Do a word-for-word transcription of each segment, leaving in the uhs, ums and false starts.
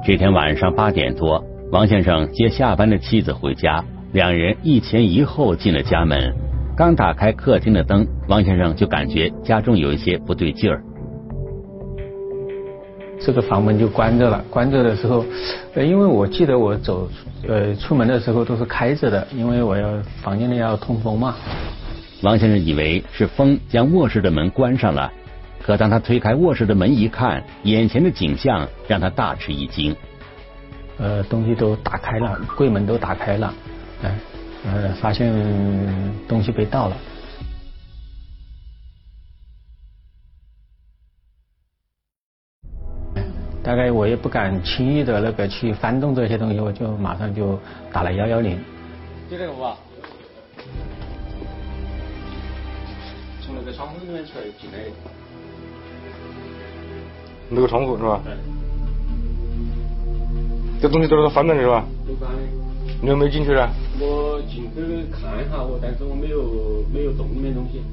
这天晚上八点多，王先生接下班的妻子回家，两人一前一后进了家门。刚打开客厅的灯，王先生就感觉家中有一些不对劲儿。 这个房门就关着了，关着的时候，呃，因为我记得我走呃出门的时候都是开着的，因为我要房间里要通风嘛。 王先生以为是风将卧室的门关上了，可当他推开卧室的门一看，眼前的景象让他大吃一惊。 呃，东西都打开了，柜门都打开了，哎、呃，呃，发现东西被盗了。大概我也不敢轻易的那个去翻动这些东西，我就马上就打了幺幺零。 就这个吧，从那个窗户里面出来进来的。 那个窗户是吧？对。这东西都是翻的是吧？ 都翻的。 你有没有进去呢？ 我进去看一下，我但是我没有没有动里面东西。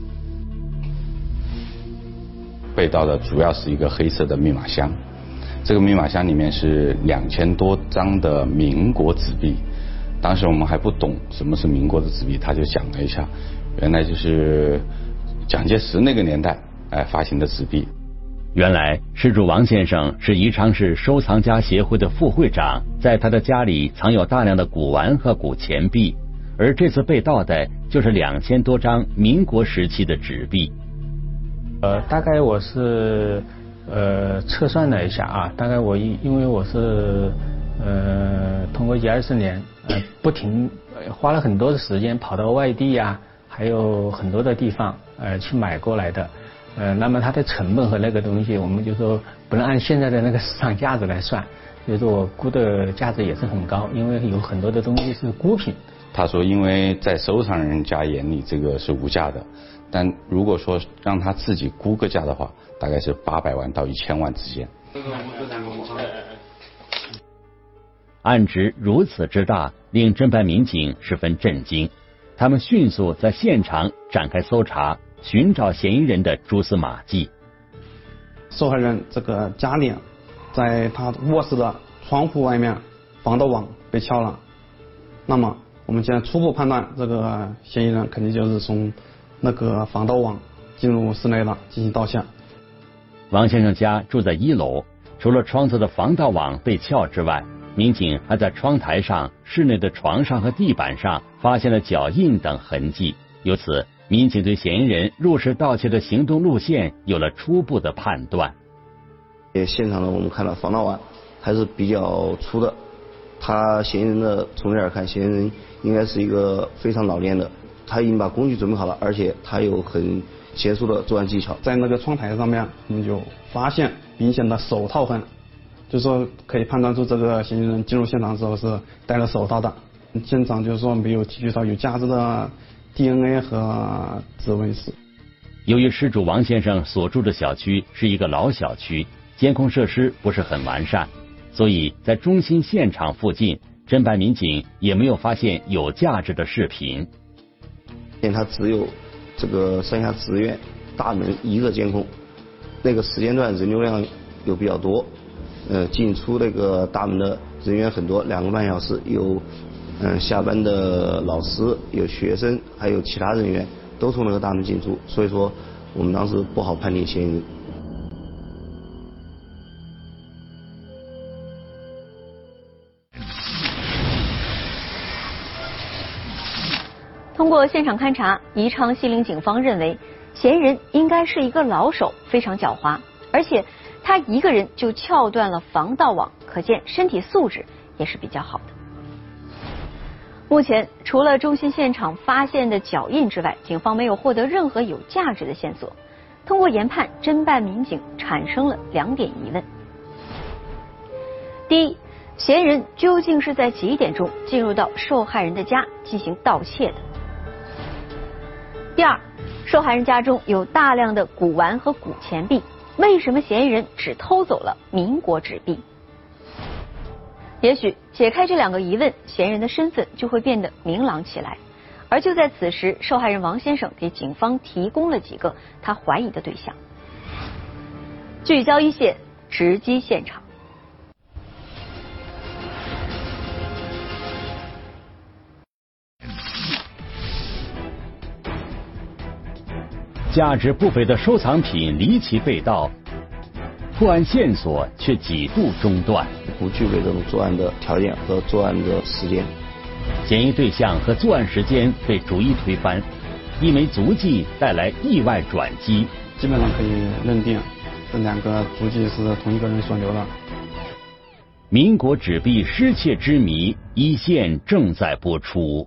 被盗的主要是一个黑色的密码箱。这个密码箱里面是两千多张的民国纸币，当时我们还不懂什么是民国的纸币，他就讲了一下，原来就是蒋介石那个年代哎发行的纸币。 原来失主王先生是宜昌市收藏家协会的副会长，在他的家里藏有大量的古玩和古钱币，而这次被盗的就是两千多张民国时期的纸币。 呃，大概我是。呃，测算了一下啊，大概我因因为我是呃通过一二十年呃不停、呃、花了很多的时间跑到外地呀、啊，还有很多的地方呃去买过来的，呃，那么它的成本和那个东西，我们就说不能按现在的那个市场价值来算，所以说我估的价值也是很高，因为有很多的东西是孤品。 他说，因为在收藏人家眼里这个是无价的，但如果说让他自己估个价的话，大概是八百万到一千万之间。 案值如此之大，令侦办民警十分震惊。他们迅速在现场展开搜查，寻找嫌疑人的蛛丝马迹。 受害人这个家里，在他卧室的窗户外面，防盗网被撬了。那么我们现在初步判断，这个嫌疑人肯定就是从那个防盗网进入室内了，进行盗窃。 王先生家住在一楼，除了窗子的防盗网被撬之外，民警还在窗台上、室内的床上和地板上发现了脚印等痕迹。由此，民警对嫌疑人入室盗窃的行动路线有了初步的判断。 现场呢，我们看到防盗网还是比较粗的，他嫌疑人的从这儿看，嫌疑人应该是一个非常老练的，他已经把工具准备好了，而且他有很娴熟的作案技巧。 在那个窗台上面，我们就发现明显的手套痕，就是说可以判断出这个嫌疑人进入现场的时候是戴了手套的。现场就是说没有提取到有价值的 D N A 和指纹石。 由于失主王先生所住的小区是一个老小区，监控设施不是很完善，所以在中心现场附近，侦办民警也没有发现有价值的视频。 现他只有这个三峡职院大门一个监控，那个时间段人流量又比较多，呃，进出那个大门的人员很多，两个半小时，有嗯、呃、下班的老师，有学生，还有其他人员都从那个大门进出，所以说我们当时不好判定嫌疑人。 通过现场勘查，宜昌西陵警方认为嫌疑人应该是一个老手，非常狡猾，而且他一个人就撬断了防盗网，可见身体素质也是比较好的。目前除了中心现场发现的脚印之外，警方没有获得任何有价值的线索。通过研判，侦办民警产生了两点疑问：第一，嫌疑人究竟是在几点钟进入到受害人的家进行盗窃的？第二，受害人家中有大量的古玩和古钱币，为什么嫌疑人只偷走了民国纸币？也许解开这两个疑问，嫌疑人的身份就会变得明朗起来。而就在此时，受害人王先生给警方提供了几个他怀疑的对象。聚焦一线，直击现场。 价值不菲的收藏品离奇被盗，破案线索却几度中断， 不具备这种作案的条件和作案的时间。 嫌疑对象和作案时间被逐一推翻，一枚足迹带来意外转机。 基本上可以认定这两个足迹是同一个人所留的。 民国纸币失窃之谜一线正在播出。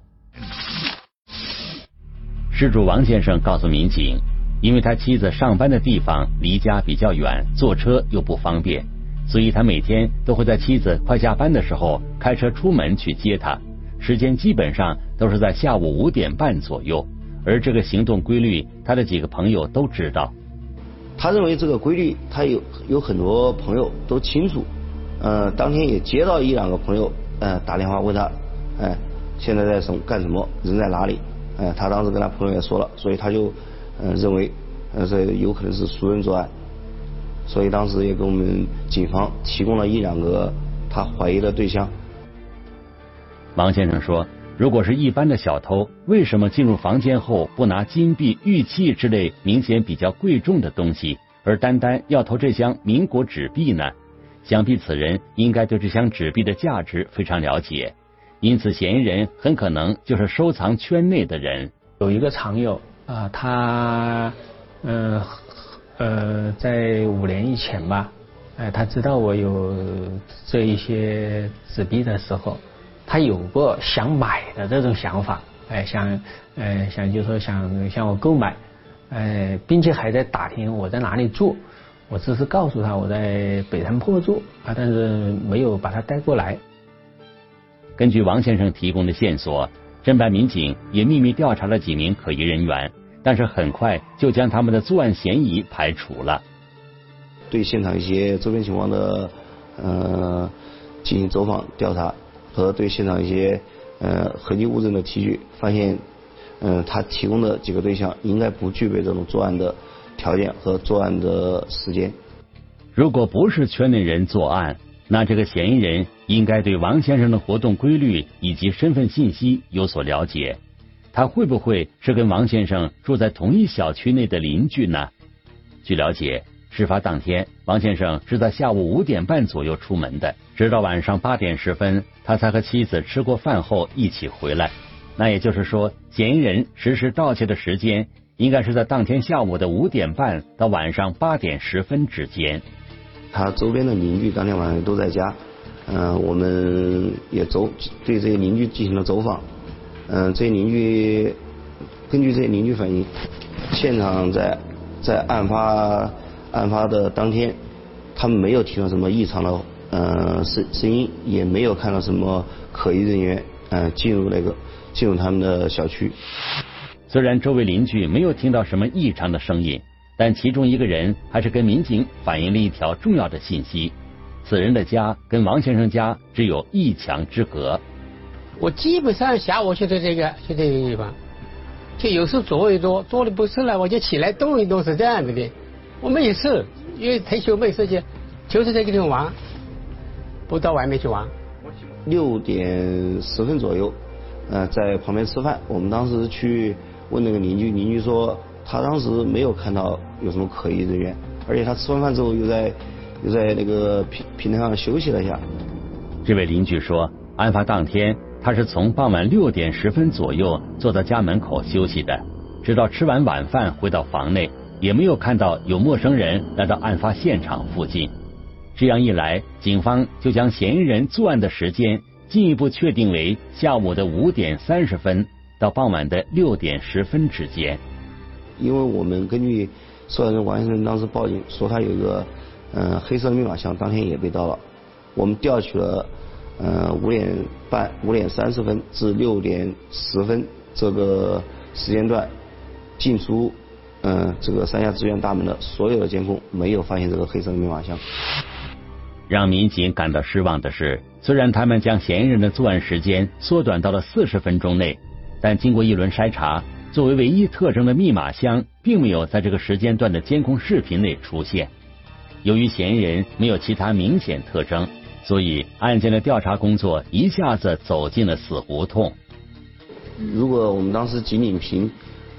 失主王先生告诉民警，因为他妻子上班的地方离家比较远，坐车又不方便，所以他每天都会在妻子快下班的时候开车出门去接她，时间基本上都是在下午五点半左右。而这个行动规律，他的几个朋友都知道。 他认为这个规律，他有有很多朋友都清楚。呃，当天也接到一两个朋友，呃，打电话问他，哎、呃，现在在什干什么，人在哪里？哎、呃，他当时跟他朋友也说了，所以他就，呃，认为，呃，这有可能是熟人作案，所以当时也给我们警方提供了一两个他怀疑的对象。 王先生说，如果是一般的小偷，为什么进入房间后不拿金币、玉器之类明显比较贵重的东西，而单单要偷这箱民国纸币呢？想必此人应该对这箱纸币的价值非常了解，因此嫌疑人很可能就是收藏圈内的人。 有一个藏友啊、呃，他呃呃在五年以前吧，哎、呃，他知道我有这一些纸币的时候，他有过想买的这种想法，哎、呃，想呃想就说想向我购买，呃，并且还在打听我在哪里住。我只是告诉他我在北山坡住啊，但是没有把他带过来。 根据王先生提供的线索，侦办民警也秘密调查了几名可疑人员，但是很快就将他们的作案嫌疑排除了。 对现场一些周边情况的呃进行走访调查，和对现场一些呃痕迹物证的提取，发现，嗯、呃，他提供的几个对象应该不具备这种作案的条件和作案的时间。 如果不是圈内人作案，那这个嫌疑人应该对王先生的活动规律以及身份信息有所了解。他会不会是跟王先生住在同一小区内的邻居呢？据了解，事发当天，王先生是在下午五点半左右出门的，直到晚上八点十分，他才和妻子吃过饭后一起回来。那也就是说，嫌疑人实施盗窃的时间应该是在当天下午的五点半到晚上八点十分之间。 他周边的邻居当天晚上都在家，嗯、呃，我们也走对这些邻居进行了走访，嗯、呃，这些邻居根据这些邻居反映，现场在在案发案发的当天，他们没有听到什么异常的呃声声音，也没有看到什么可疑人员呃进入那个进入他们的小区。 虽然周围邻居没有听到什么异常的声音，但其中一个人还是跟民警反映了一条重要的信息：此人的家跟王先生家只有一墙之隔。 我基本上下午去的这个去这个地方，就有时坐一坐，坐的不是了，我就起来动一动，是这样子的。我没事，因为退休没事情，就是这个地方玩，不到外面去玩。 六点十分左右，呃，在旁边吃饭。我们当时去问那个邻居，邻居说他当时没有看到有什么可疑人员，而且他吃完饭之后又在又在那个平平台上休息了一下。 这位邻居说，案发当天他是从傍晚六点十分左右坐在家门口休息的，直到吃完晚饭回到房内，也没有看到有陌生人来到案发现场附近。这样一来，警方就将嫌疑人作案的时间进一步确定为下午的五点三十分到傍晚的六点十分之间。 因为我们根据受害人王先生当时报警说他有一个呃黑色的密码箱，当天也被盗了。我们调取了呃五点半、五点三十分至六点十分这个时间段进出呃这个三峡资源大门的所有的监控，没有发现这个黑色的密码箱。 让民警感到失望的是，虽然他们将嫌疑人的作案时间缩短到了四十分钟内，但经过一轮筛查，作为唯一特征的密码箱并没有在这个时间段的监控视频内出现。由于嫌疑人没有其他明显特征，所以案件的调查工作一下子走进了死胡同。 如果我们当时仅仅凭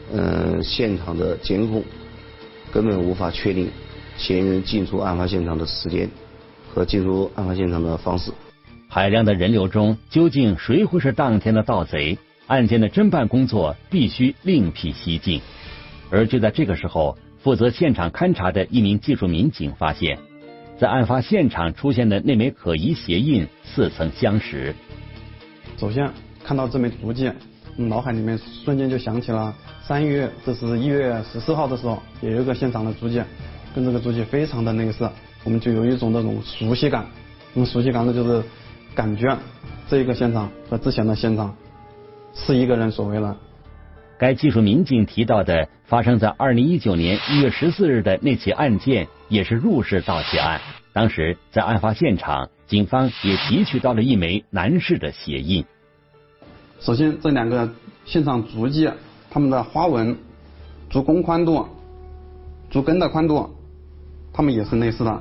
嗯、呃，现场的监控根本无法确定嫌疑人进出案发现场的时间和进入案发现场的方式。 海量的人流中，究竟谁会是当天的盗贼？案件的侦办工作必须另辟蹊径。而就在这个时候，负责现场勘查的一名技术民警发现，在案发现场出现的那枚可疑鞋印似曾相识。 首先看到这枚足迹，脑海里面瞬间就想起了三月，这是一月十四号的时候，也有一个现场的足迹，跟这个足迹非常的类似，我们就有一种那种熟悉感。那种熟悉感呢，就是感觉这一个现场和之前的现场是一个人所为的。 该技术民警提到的发生在二零一九年一月十四日的那起案件，也是入室盗窃案。当时在案发现场，警方也提取到了一枚男士的鞋印。 首先，这两个现场足迹，它们的花纹、足弓宽度、足跟的宽度，它们也是类似的。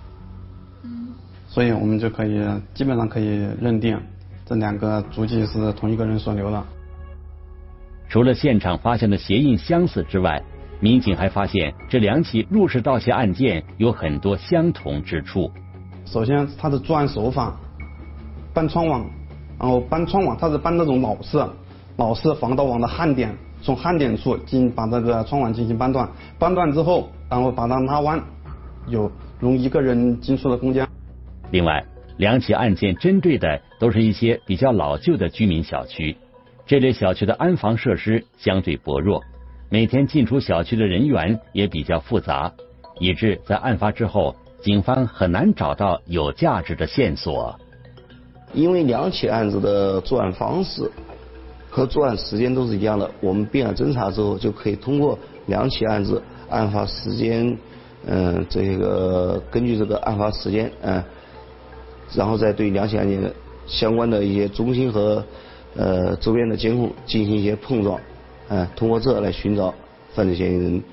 所以我们就可以基本上可以认定这两个足迹是同一个人所留的。 除了现场发现的鞋印相似之外，民警还发现这两起入室盗窃案件有很多相同之处。 首先，它的作案手法搬窗网，然后搬窗网，它是搬那种老式老式防盗网的焊点，从焊点处进把这个窗网进行搬断，搬断之后，然后把它拉弯，有容一个人进出的空间。 另外，两起案件针对的都是一些比较老旧的居民小区，这类小区的安防设施相对薄弱，每天进出小区的人员也比较复杂，以致在案发之后，警方很难找到有价值的线索。 因为两起案子的作案方式和作案时间都是一样的，我们并案侦查之后就可以通过两起案子案发时间，嗯、呃，这个根据这个案发时间，嗯、呃。然后再对两起案件相关的一些中心和呃周边的监控进行一些碰撞，嗯、呃，通过这来寻找犯罪嫌疑人。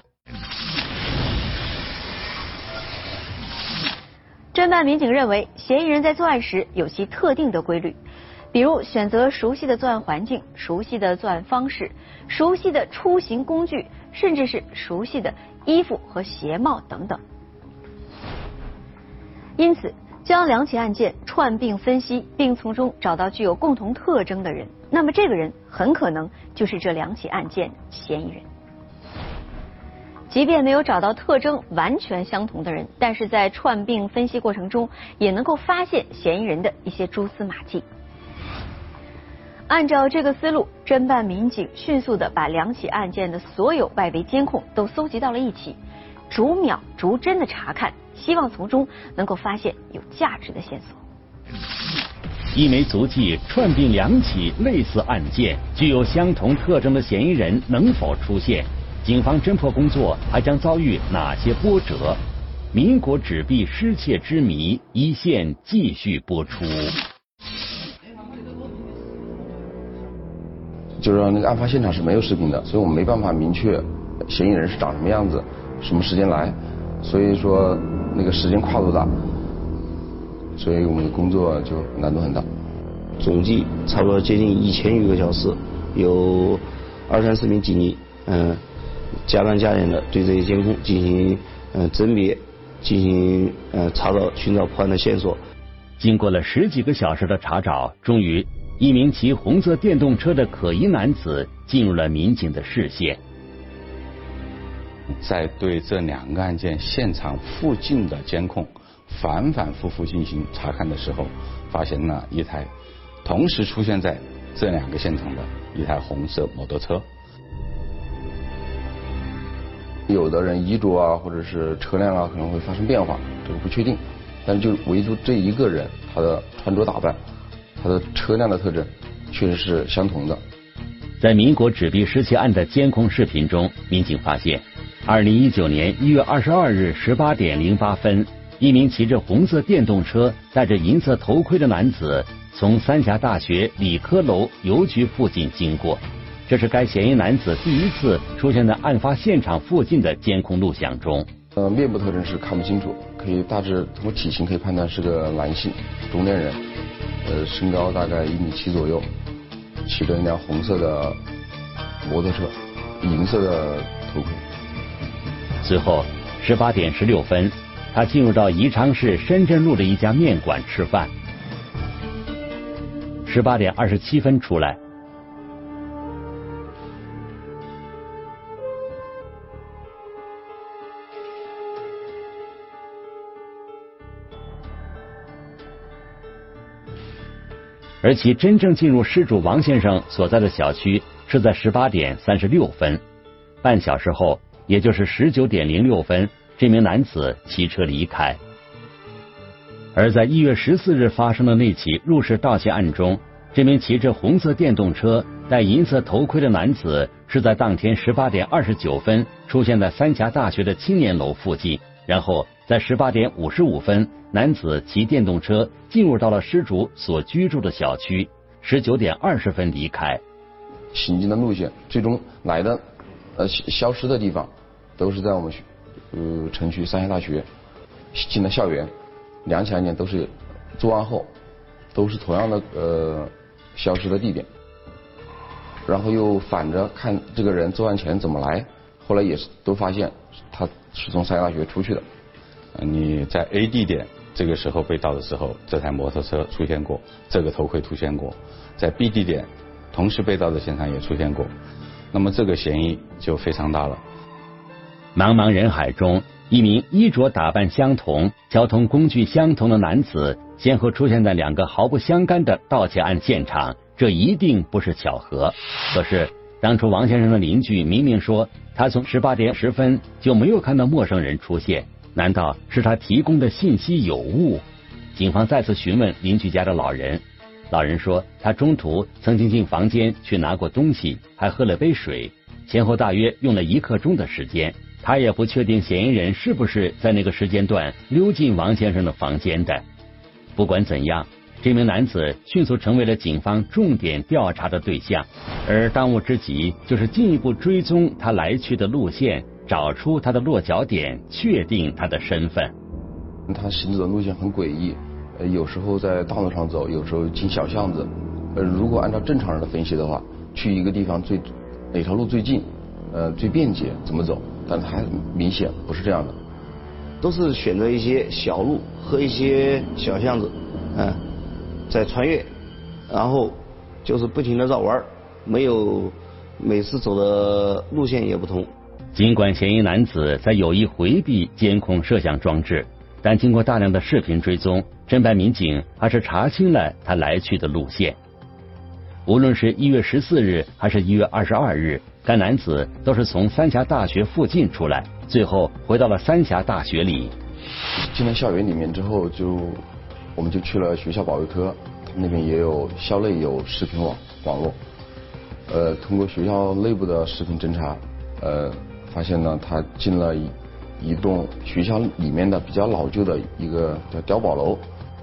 侦办民警认为，嫌疑人在作案时有其特定的规律，比如选择熟悉的作案环境、熟悉的作案方式、熟悉的出行工具，甚至是熟悉的衣服和鞋帽等等。因此，将两起案件串并分析，并从中找到具有共同特征的人，那么这个人很可能就是这两起案件嫌疑人。即便没有找到特征完全相同的人，但是在串并分析过程中，也能够发现嫌疑人的一些蛛丝马迹。按照这个思路，侦办民警迅速地把两起案件的所有外围监控都搜集到了一起，逐秒逐帧地查看，希望从中能够发现有价值的线索。 一枚足迹串并两起类似案件，具有相同特征的嫌疑人能否出现？警方侦破工作还将遭遇哪些波折？民国纸币失窃之谜，一线继续播出。 就是说那个案发现场是没有视频的，所以我们没办法明确嫌疑人是长什么样子，什么时间来，所以说那个时间跨度大，所以我们的工作就难度很大。 总计差不多接近一千余个小时，有二三十名警力，嗯、呃，加班加点的对这些监控进行嗯、呃、甄别，进行呃查找、寻找破案的线索。 经过了十几个小时的查找，终于一名骑红色电动车的可疑男子进入了民警的视线。 在对这两个案件现场附近的监控反反复复进行查看的时候，发现了一台同时出现在这两个现场的一台红色摩托车。 有的人衣着啊，或者是车辆啊，可能会发生变化，这个不确定。但是就唯独这一个人，他的穿着打扮，他的车辆的特征，确实是相同的。 在民国纸币失窃案的监控视频中，民警发现，二零一九年一月二十二日十八点零八分，一名骑着红色电动车、戴着银色头盔的男子从三峡大学理科楼邮局附近经过。这是该嫌疑男子第一次出现在案发现场附近的监控录像中。 呃，面部特征是看不清楚，可以大致通过体型可以判断是个男性，中年人，呃，身高大概一米七左右，骑着一辆红色的摩托车。 银色的头盔。 随后十八点十六分，他进入到宜昌市深圳路的一家面馆吃饭。十八点二十七分出来。而其真正进入失主王先生所在的小区是在十八点三十六分，半小时后，也就是十九点零六分，这名男子骑车离开。而在一月十四日发生的那起入室盗窃案中，这名骑着红色电动车、戴银色头盔的男子是在当天十八点二十九分出现在三峡大学的青年楼附近，然后在十八点五十五分，男子骑电动车进入到了失主所居住的小区，十九点二十分离开。 行进的路线，最终来的呃消失的地方，都是在我们呃城区三峡大学进了校园，两起案件都是作案后都是同样的呃消失的地点，然后又反着看这个人作案前怎么来，后来也是都发现他是从三峡大学出去的。 你在 A 地点这个时候被盗的时候，这台摩托车出现过，这个头盔出现过，在 B 地点同时被盗的现场也出现过，那么这个嫌疑就非常大了。 茫茫人海中，一名衣着打扮相同、交通工具相同的男子，先后出现在两个毫不相干的盗窃案现场，这一定不是巧合。可是当初王先生的邻居明明说，他从十八点十分就没有看到陌生人出现，难道是他提供的信息有误？警方再次询问邻居家的老人，老人说他中途曾经进房间去拿过东西，还喝了杯水，前后大约用了一刻钟的时间。他也不确定嫌疑人是不是在那个时间段溜进王先生的房间的。不管怎样，这名男子迅速成为了警方重点调查的对象，而当务之急就是进一步追踪他来去的路线，找出他的落脚点，确定他的身份。 他行走的路线很诡异，呃，有时候在大路上走，有时候进小巷子。呃，如果按照正常人的分析的话，去一个地方最哪条路最近，呃，最便捷怎么走？但他明显不是这样的， 都是选择一些小路和一些小巷子，嗯，在穿越，然后就是不停的绕弯，没有每次走的路线也不同。 尽管嫌疑男子在有意回避监控摄像装置，但经过大量的视频追踪，侦办民警还是查清了他来去的路线。无论是一月十四日还是一月二十二日，该男子都是从三峡大学附近出来，最后回到了三峡大学里。 进了校园里面之后，就我们就去了学校保卫科，他们那边也有校内有视频网网络，呃，通过学校内部的视频侦查，呃，发现呢他进了一一栋学校里面的比较老旧的一个叫碉堡楼。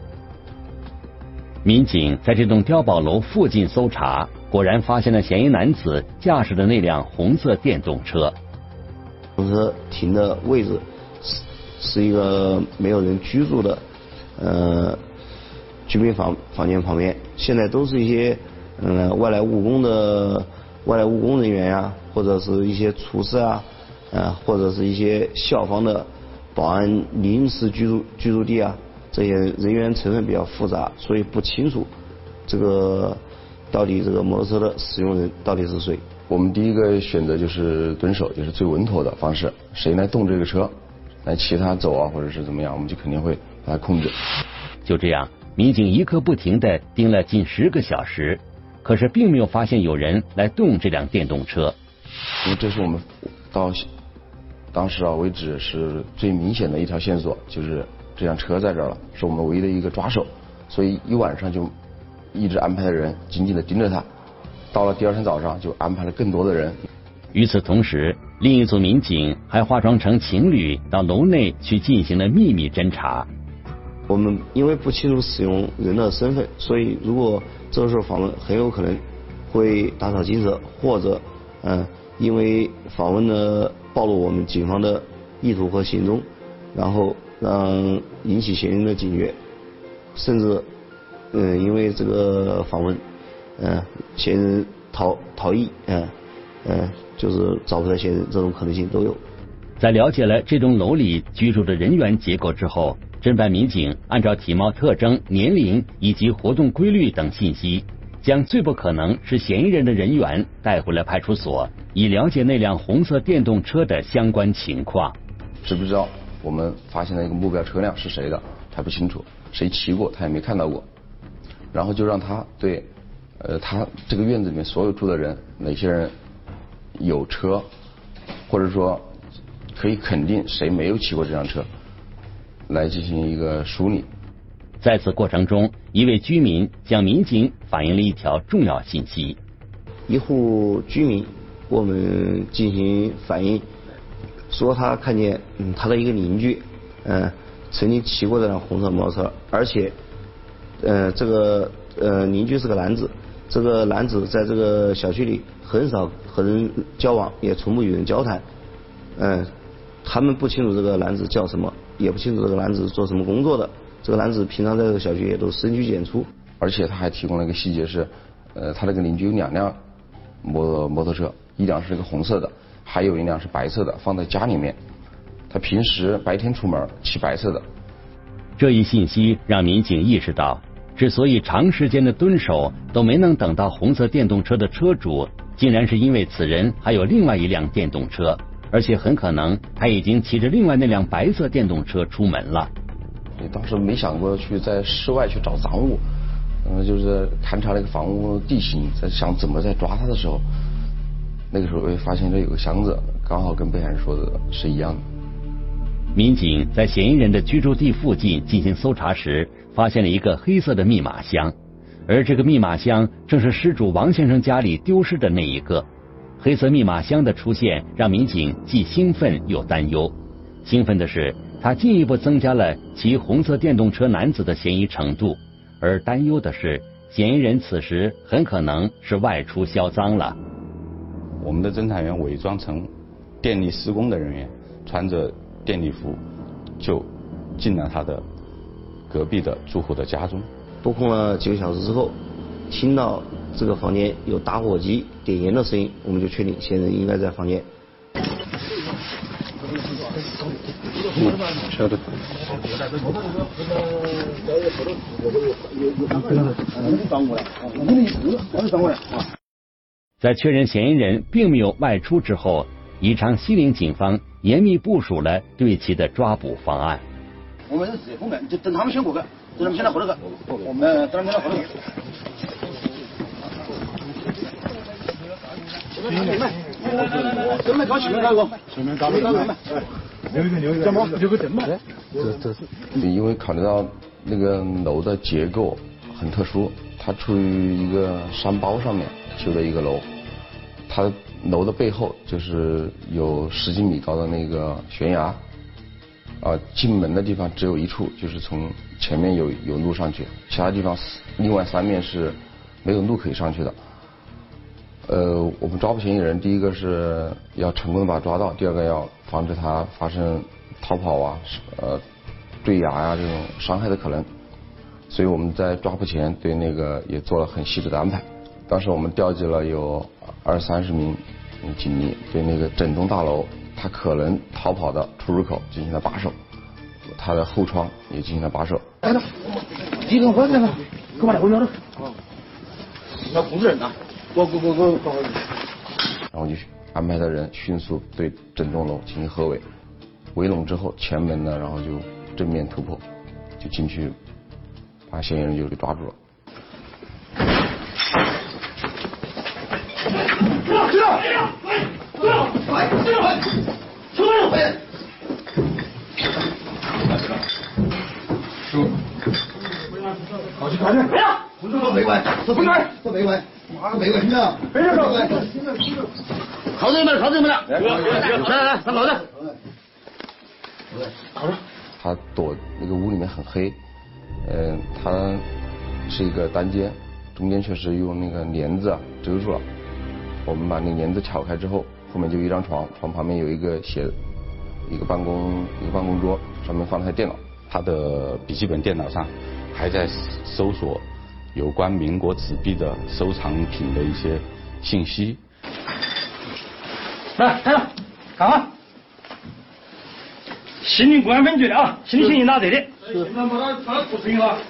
民警在这栋碉堡楼附近搜查，果然发现了嫌疑男子驾驶的那辆红色电动车。 红车停的位置是是一个没有人居住的呃居民房房间旁边，现在都是一些嗯、呃、外来务工的外来务工人员呀、啊，或者是一些厨师啊，呃或者是一些校方的保安临时居住居住地啊。这些人员成分比较复杂，所以不清楚这个到底这个摩托车的使用人到底是谁。 我们第一个选择就是蹲守，也是最稳妥的方式。谁来动这个车，来骑它走啊，或者是怎么样，我们就肯定会把它控制。 就这样，民警一刻不停地盯了近十个小时，可是并没有发现有人来动这辆电动车。 因为这是我们到当时啊为止是最明显的一条线索，就是这辆车在这儿了，是我们唯一的一个抓手，所以一晚上就一直安排的人紧紧的盯着他，到了第二天早上就安排了更多的人。 与此同时，另一组民警还化妆成情侣到楼内去进行了秘密侦查。 我们因为不清楚使用人的身份，所以如果这个时候访问，很有可能会打草惊蛇，或者嗯、呃，因为访问呢暴露我们警方的意图和行踪，然后让引起嫌疑人的警觉，甚至嗯、呃，因为这个访问，嗯、呃，嫌疑人逃逃逸，嗯、呃， 呃，就是找不到嫌疑人这种可能性都有。 在了解了这栋楼里居住的人员结构之后，侦办民警按照体貌特征、年龄以及活动规律等信息，将最不可能是嫌疑人的人员带回了派出所，以了解那辆红色电动车的相关情况。 知不知道我们发现的一个目标车辆是谁的，他不清楚，谁骑过他也没看到过，然后就让他对，呃，他这个院子里面所有住的人，哪些人有车，或者说可以肯定谁没有骑过这辆车，来进行一个梳理。 在此过程中，一位居民向民警反映了一条重要信息： 一户居民，我们进行反映，说他看见嗯他的一个邻居，呃曾经骑过这辆红色摩托车，而且呃这个呃邻居是个男子，这个男子在这个小区里很少和人交往，也从不与人交谈，嗯、呃，他们不清楚这个男子叫什么，也不清楚这个男子做什么工作的。这个男子平常在这个小区也都深居简出， 而且他还提供了一个细节是，呃，他这个邻居有两辆摩摩托车，一辆是一个红色的，还有一辆是白色的，放在家里面。他平时白天出门骑白色的。 这一信息让民警意识到，之所以长时间的蹲守都没能等到红色电动车的车主，竟然是因为此人还有另外一辆电动车，而且很可能他已经骑着另外那辆白色电动车出门了。 你当时没想过去在室外去找赃物，嗯，就是勘察那个房屋地形，在想怎么在抓他的时候，那个时候会发现这有个箱子，刚好跟被害人说的是一样的。 民警在嫌疑人的居住地附近进行搜查时，发现了一个黑色的密码箱，而这个密码箱正是失主王先生家里丢失的那一个。黑色密码箱的出现让民警既兴奋又担忧。兴奋的是，他进一步增加了骑红色电动车男子的嫌疑程度，而担忧的是，嫌疑人此时很可能是外出销赃了。 我们的侦查员伪装成电力施工的人员，穿着电力服，就进了他的隔壁的住户的家中。 拨空了几个小时之后，听到这个房间有打火机点烟的声音，我们就确定嫌疑人应该在房间。 晓得。 在确认嫌疑人并没有外出之后，宜昌西陵警方严密部署了对其的抓捕方案。 我们是直接封门，就等他们先过去，等他们先来后头去。我们等他们来后头去。正门搞前面搞一个，前面搞一个门嘛，留一个留一个，怎么留个正嘛？ 这这是因为考虑到那个楼的结构很特殊，它处于一个山包上面修的一个楼，它楼的背后就是有十几米高的那个悬崖，啊，进门的地方只有一处，就是从前面有有路上去，其他地方另外三面是没有路可以上去的。呃，我们抓捕嫌疑人，第一个是要成功的把他抓到，第二个要防止他发生逃跑啊、呃坠崖啊这种伤害的可能。所以我们在抓捕前对那个也做了很细致的安排。当时我们调集了有二三十名警力，对那个整栋大楼他可能逃跑的出入口进行了把守，他的后窗也进行了把守。 来了，几个过来了，给我来，我瞄了。要控制人呐。我我我我我， 然后就安排的人迅速对整栋楼进行合围，围拢之后，前门呢，然后就正面突破，就进去把嫌疑人就给抓住了。 知道，知道，知道，快，知道，快，什么人回？叔，好去看去，没有，我说没关，说没关，说没关。妈个没关系啊！没事，靠这边，靠这边了。来来来，上楼的。好了。 他躲那个屋里面很黑，嗯、呃，他是一个单间，中间确实用那个帘子啊遮住了。我们把那个帘子撬开之后，后面就一张床，床旁边有一个写一个办公一个办公桌，上面放了台电脑。 他的笔记本电脑上还在搜索有关民国纸币的收藏品的一些信息。 来，看了，看啊！心灵公安分局的啊，心理嫌疑拿这里。是。那把他把他不成了。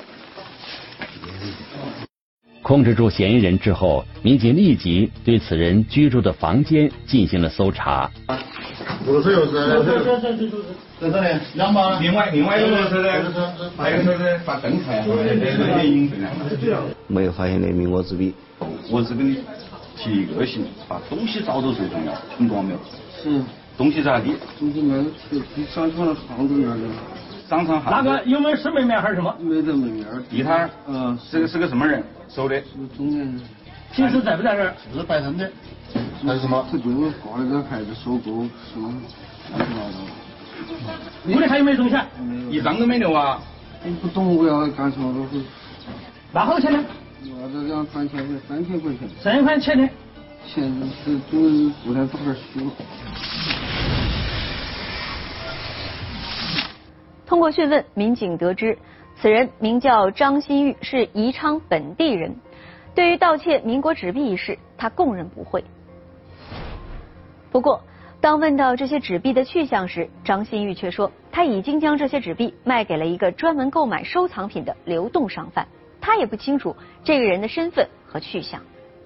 控制住嫌疑人之后，民警立即对此人居住的房间进行了搜查。 我是有是，是是是是是，在这里，两把。另外另外一个车的，还有车的把灯开， 没有发现那民国纸币。 我是跟你提一个醒，把东西找到最重要，听懂没有？ 是。 东西在哪里？ 东西没有，商场的巷子那里。 商场巷。 那个有没有是门面还是什么？ 没得门面。地摊。嗯。这个是个什么人收的？ 是中年人。平时在不在这儿？是摆摊的。还有什么？这就是挂那个牌子，收购什么乱七八糟。屋里还有没有东西？ 一张都没留啊！ 我不懂我要干什么都是。那好多钱呢？我这两三千块，三千块钱。三千块钱呢？钱是就是昨天早点修。 通过讯问，民警得知此人名叫张新玉，是宜昌本地人。对于盗窃民国纸币一事，他供认不讳。不过，当问到这些纸币的去向时，张新玉却说他已经将这些纸币卖给了一个专门购买收藏品的流动商贩，他也不清楚这个人的身份和去向。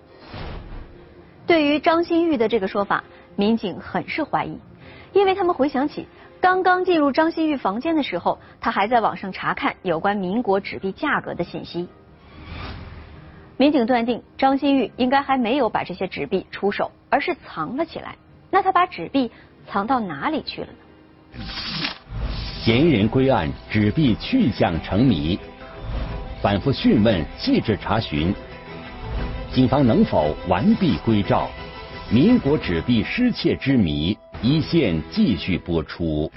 对于张新玉的这个说法，民警很是怀疑，因为他们回想起刚刚进入张新玉房间的时候，他还在网上查看有关民国纸币价格的信息。民警断定张新玉应该还没有把这些纸币出手，而是藏了起来。那他把纸币藏到哪里去了呢？ 嫌疑人归案，纸币去向成谜。反复讯问，细致查询，警方能否完璧归赵？民国纸币失窃之谜，一线继续播出。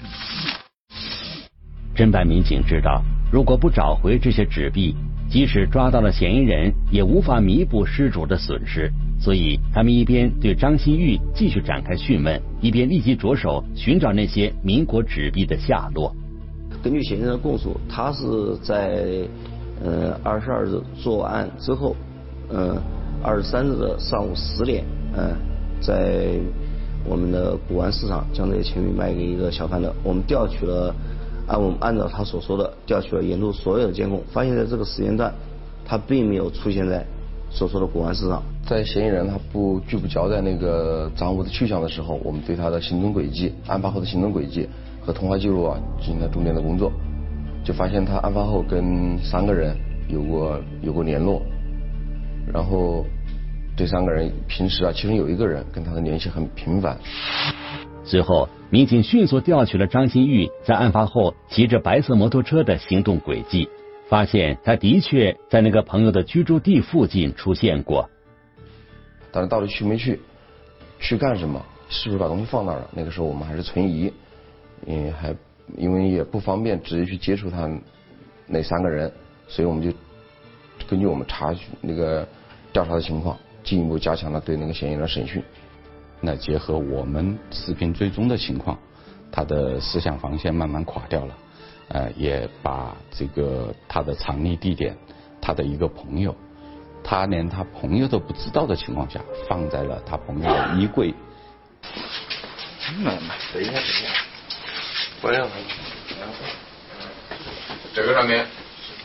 侦办民警知道，如果不找回这些纸币，即使抓到了嫌疑人，也无法弥补失主的损失。所以，他们一边对张新玉继续展开讯问，一边立即着手寻找那些民国纸币的下落。 根据嫌疑人的供述，他是在呃二十二日作案之后，呃二十三日的上午十点，呃在我们的古玩市场将这些钱币卖给一个小贩的。我们调取了，按我们按照他所说的，调取了沿路所有的监控，发现在这个时间段，他并没有出现在所说的古玩市场。 在嫌疑人他不拒不交代那个赃物的去向的时候，我们对他的行动轨迹、案发后的行动轨迹和通话记录啊进行了重点的工作，就发现他案发后跟三个人有过有过联络，然后这三个人平时啊，其中有一个人跟他的联系很频繁。 随后，民警迅速调取了张新玉在案发后骑着白色摩托车的行动轨迹，发现他的确在那个朋友的居住地附近出现过。 但是到底去没去，去干什么，是不是把东西放那儿了？那个时候我们还是存疑，嗯，还因为也不方便直接去接触他那三个人，所以我们就根据我们查那个调查的情况，进一步加强了对那个嫌疑人的审讯。 那结合我们视频追踪的情况，他的思想防线慢慢垮掉了，呃，也把这个他的藏匿地点，他的一个朋友，他连他朋友都不知道的情况下，放在了他朋友的衣柜。 嗯，等一下，等一下，我让他这个上面。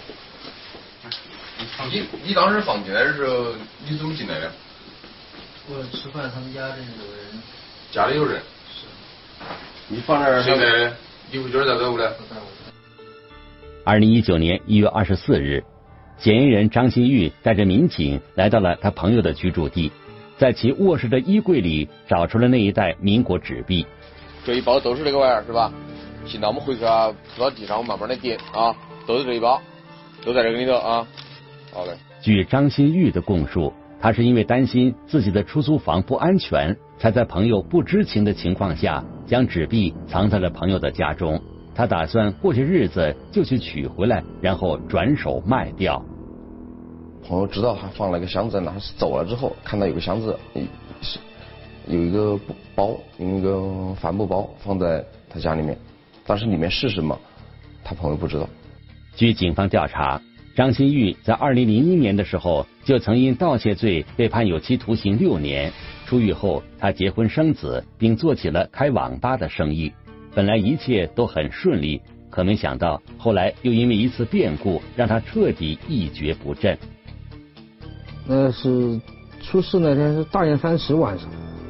你你当时放进来的时候，你怎么进来的？ 我吃饭，他们家里有人。 家里有人。 是。 你放这儿。现在衣服卷在这屋里。 二零一九年一月二十四日，嫌疑人张新玉带着民警来到了他朋友的居住地，在其卧室的衣柜里找出了那一袋民国纸币。 这一包都是这个玩意儿是吧？现在我们回去啊，铺到地上，慢慢的叠啊，都是这一包，都在这个里头啊。好嘞。 据张新玉的供述，他是因为担心自己的出租房不安全，才在朋友不知情的情况下，将纸币藏在了朋友的家中。他打算过些日子就去取回来，然后转手卖掉。 朋友知道他放了一个箱子在哪，是走了之后看到有个箱子，是有一个包，有一个帆布包放在他家里面，但是里面是什么，他朋友不知道。 据警方调查，张新玉在二零零一年的时候就曾因盗窃罪被判有期徒刑六年， 出狱后，他结婚生子，并做起了开网吧的生意。本来一切都很顺利，可没想到后来又因为一次变故，让他彻底一蹶不振。 那是出事那天是大年三十晚上，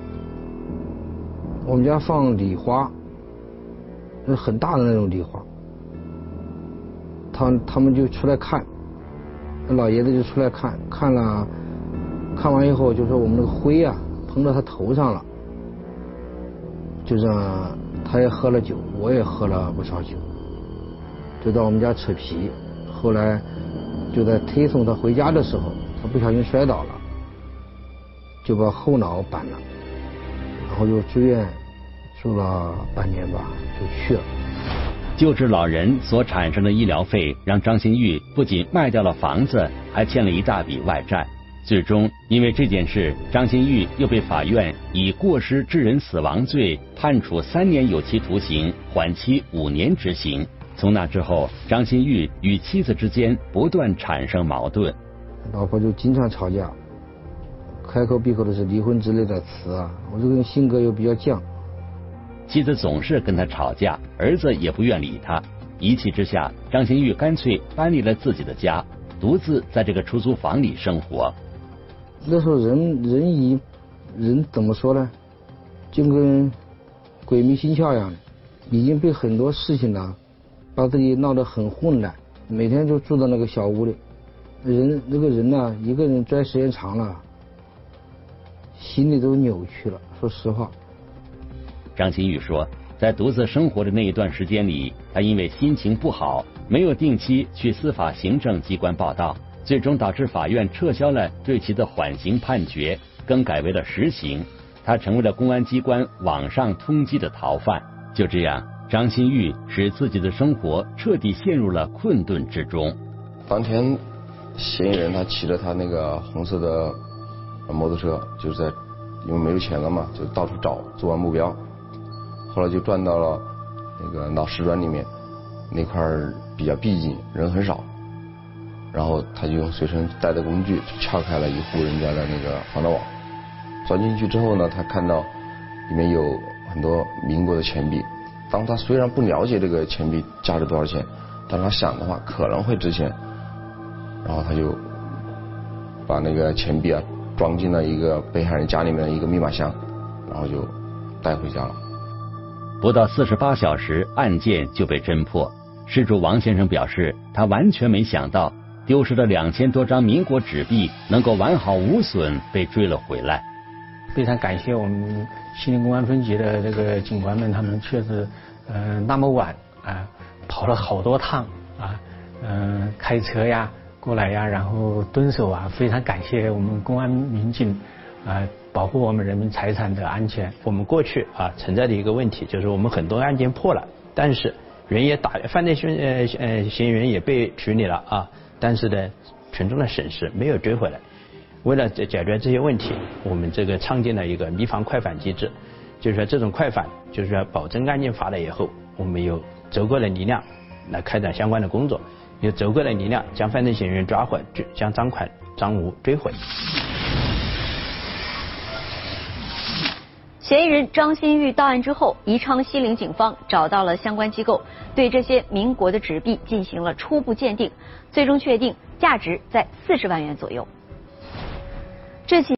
我们家放礼花，那很大的那种礼花，他他们就出来看，老爷子就出来看，看了，看完以后就说我们那个灰啊喷到他头上了，就这样，他也喝了酒，我也喝了不少酒，就到我们家扯皮，后来就在推送他回家的时候，他不小心摔倒了，就把后脑扳了，然后又住院住了半年吧，就去了。 救治老人所产生的医疗费，让张新玉不仅卖掉了房子，还欠了一大笔外债。最终，因为这件事，张新玉又被法院以过失致人死亡罪判处三年有期徒刑，缓期五年执行。从那之后，张新玉与妻子之间不断产生矛盾， 老婆就经常吵架，开口闭口的是离婚之类的词啊。我这个人性格又比较犟， 妻子总是跟他吵架，儿子也不愿理他。一气之下，张新玉干脆搬离了自己的家，独自在这个出租房里生活。 那时候人人一人怎么说呢，就跟鬼迷心窍一样的，已经被很多事情呢把自己闹得很混乱，每天就住在那个小屋里。人那个人呢，一个人待时间长了，心里都扭曲了。说实话， 张新玉说，在独自生活的那一段时间里，他因为心情不好，没有定期去司法行政机关报到，最终导致法院撤销了对其的缓刑判决，更改为了实刑。他成为了公安机关网上通缉的逃犯。就这样，张新玉使自己的生活彻底陷入了困顿之中。 当天嫌疑人他骑着他那个红色的摩托车，就是在因为没有钱了嘛，就到处找作案目标。后来就转到了那个闹市专里面，那块比较闭静，人很少。然后他就用随身带的工具撬开了一户人家的那个防盗网。钻进去之后呢，他看到里面有很多民国的钱币。当他虽然不了解这个钱币价值多少钱，但他想的话可能会值钱。然后他就把那个钱币啊装进了一个被害人家里面的一个密码箱，然后就带回家了。 不到四十八小时，案件就被侦破。事主王先生表示，他完全没想到丢失的两千多张民国纸币能够完好无损被追了回来。 非常感谢我们西宁公安分局的这个警官们，他们确实呃那么晚啊跑了好多趟啊，嗯、呃、开车呀过来呀，然后蹲守啊，非常感谢我们公安民警啊、呃、保护我们人民财产的安全。 我们过去啊存在的一个问题就是我们很多案件破了，但是人也打犯罪嫌呃呃嫌疑人也被处理了啊，但是呢群众的损失没有追回来。为了解决这些问题，我们这个创建了一个密防快返机制，就是说这种快返就是说保证案件发了以后，我们有足够的力量来开展相关的工作，有足够的力量将犯罪嫌疑人抓获，将赃款赃物追回。 嫌疑人张新玉到案之后，宜昌西陵警方找到了相关机构，对这些民国的纸币进行了初步鉴定，最终确定价值在四十万元左右。这起